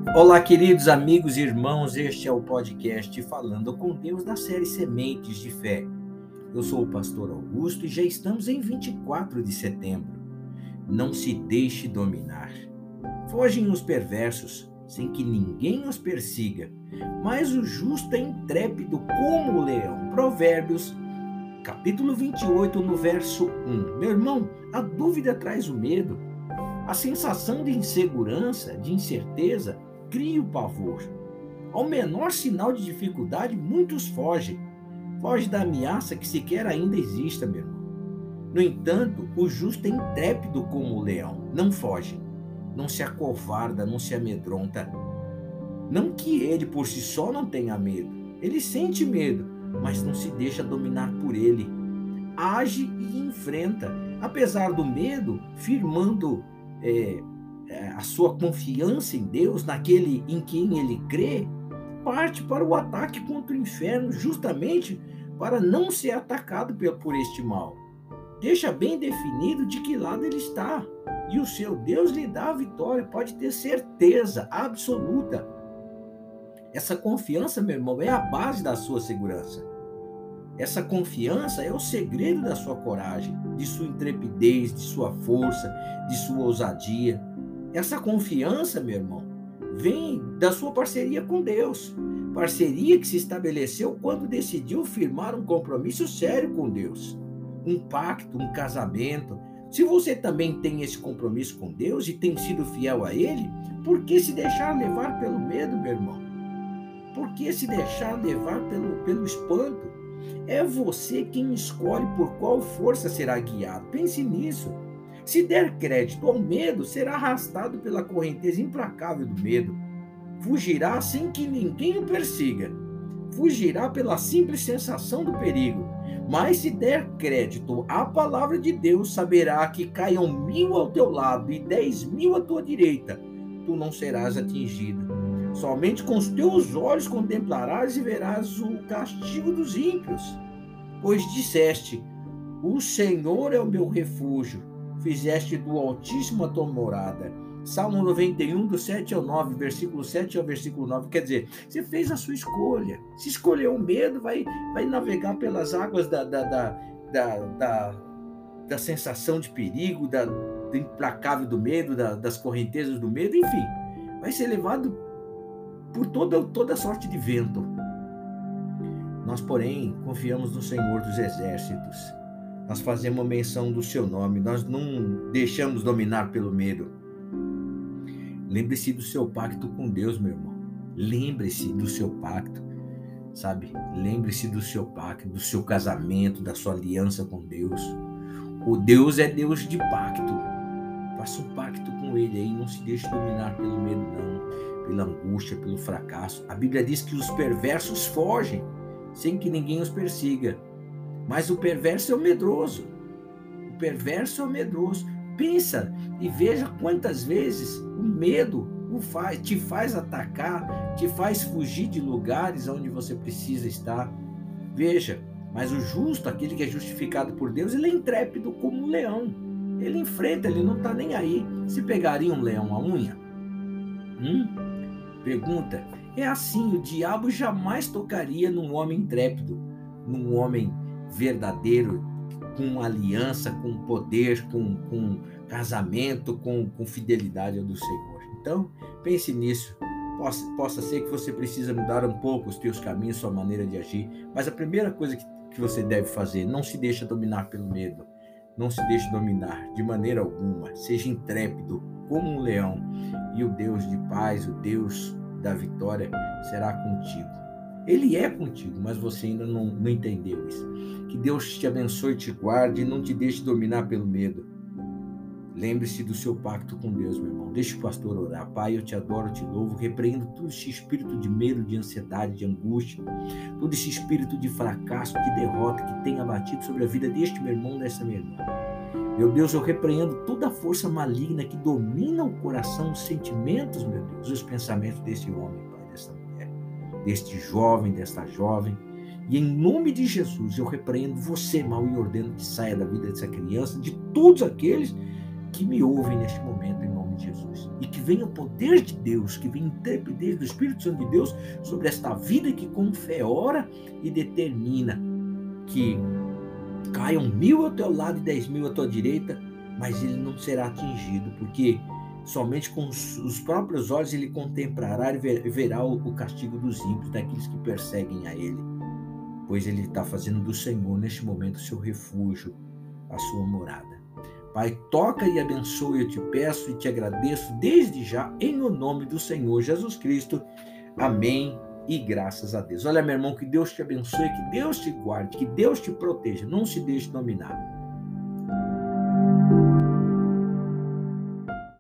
Olá, queridos amigos e irmãos, este é o podcast Falando com Deus da série Sementes de Fé. Eu sou o pastor Augusto e já estamos em 24 de setembro. Não se deixe dominar. Fogem os perversos, sem que ninguém os persiga, mas o justo é intrépido como o leão. Provérbios, capítulo 28, no verso 1. Meu irmão, a dúvida traz o medo. A sensação de insegurança, de incerteza, cria o pavor. Ao menor sinal de dificuldade, muitos fogem. Foge da ameaça que sequer ainda exista, meu irmão. No entanto, o justo é intrépido como o leão. Não foge, não se acovarda, não se amedronta. Não que ele por si só não tenha medo. Ele sente medo, mas não se deixa dominar por ele. Age e enfrenta, apesar do medo, firmando a sua confiança em Deus, naquele em quem ele crê, parte para o ataque contra o inferno, justamente para não ser atacado por este mal. Deixa bem definido de que lado ele está, e o seu Deus lhe dá a vitória, pode ter certeza absoluta. Essa confiança, meu irmão, é a base da sua segurança. Essa confiança é o segredo da sua coragem, de sua intrepidez, de sua força, de sua ousadia. Essa confiança, meu irmão, vem da sua parceria com Deus. Parceria que se estabeleceu quando decidiu firmar um compromisso sério com Deus. Um pacto, um casamento. Se você também tem esse compromisso com Deus e tem sido fiel a Ele, por que se deixar levar pelo medo, meu irmão? Por que se deixar levar pelo espanto? É você quem escolhe por qual força será guiado. Pense nisso. Se der crédito ao medo, será arrastado pela correnteza implacável do medo. Fugirá sem que ninguém o persiga. Fugirá pela simples sensação do perigo. Mas se der crédito à palavra de Deus, saberá que caiam 1000 ao teu lado e 10.000 à tua direita. Tu não serás atingido. Somente com os teus olhos contemplarás e verás o castigo dos ímpios. Pois disseste, o Senhor é o meu refúgio, fizeste do Altíssimo a tua morada. Salmo 91, do 7 ao 9, versículo 7 ao versículo 9. Quer dizer, você fez a sua escolha. Se escolheu o medo, vai navegar pelas águas da sensação de perigo, do implacável do medo, das correntezas do medo, enfim. Vai ser levado por toda sorte de vento. Nós, porém, confiamos no Senhor dos Exércitos. Nós fazemos menção do seu nome. Nós não deixamos dominar pelo medo. Lembre-se do seu pacto com Deus, meu irmão. Lembre-se do seu pacto, sabe? Lembre-se do seu pacto, do seu casamento, da sua aliança com Deus. O Deus é Deus de pacto. Faça um pacto com Ele aí. Não se deixe dominar pelo medo, não. Pela angústia, pelo fracasso. A Bíblia diz que os perversos fogem, sem que ninguém os persiga. Mas o perverso é o medroso. O perverso é o medroso. Pensa e veja quantas vezes o medo te faz atacar, te faz fugir de lugares onde você precisa estar. Veja, mas o justo, aquele que é justificado por Deus, ele é intrépido como um leão. Ele enfrenta, ele não está nem aí. Se pegaria um leão à unha? Pergunta. É assim, o diabo jamais tocaria num homem intrépido, num homem verdadeiro, com aliança, com poder, com casamento, com fidelidade ao do Senhor. Então, pense nisso. Possa ser que você precisa mudar um pouco os teus caminhos, sua maneira de agir, mas a primeira coisa que você deve fazer, não se deixe dominar pelo medo. Não se deixe dominar de maneira alguma. Seja intrépido como um leão, e o Deus de paz, o Deus da vitória será contigo. Ele é contigo, mas você ainda não entendeu isso. Que Deus te abençoe, te guarde e não te deixe dominar pelo medo. Lembre-se do seu pacto com Deus, meu irmão. Deixe o pastor orar. Pai, eu te adoro, eu te louvo. Repreendo todo esse espírito de medo, de ansiedade, de angústia, todo esse espírito de fracasso, de derrota que tem abatido sobre a vida deste meu irmão, dessa minha irmã. Meu Deus, eu repreendo toda a força maligna que domina o coração, os sentimentos, meu Deus, os pensamentos desse homem, Pai, dessa mulher, deste jovem, desta jovem. E em nome de Jesus, eu repreendo você, mal, e ordeno que saia da vida dessa criança, de todos aqueles que me ouvem neste momento, em nome de de Jesus. E que venha o poder de Deus, que venha a intrepidez do Espírito Santo de Deus sobre esta vida que com fé ora e determina que caiam 1000 ao teu lado e 10.000 à tua direita, mas ele não será atingido, porque somente com os próprios olhos ele contemplará e verá o castigo dos ímpios, daqueles que perseguem a ele, pois ele está fazendo do Senhor neste momento o seu refúgio, a sua morada. Pai, toca e abençoe, eu te peço e te agradeço desde já, em o nome do Senhor Jesus Cristo. Amém e graças a Deus. Olha, meu irmão, que Deus te abençoe, que Deus te guarde, que Deus te proteja, não se deixe dominar.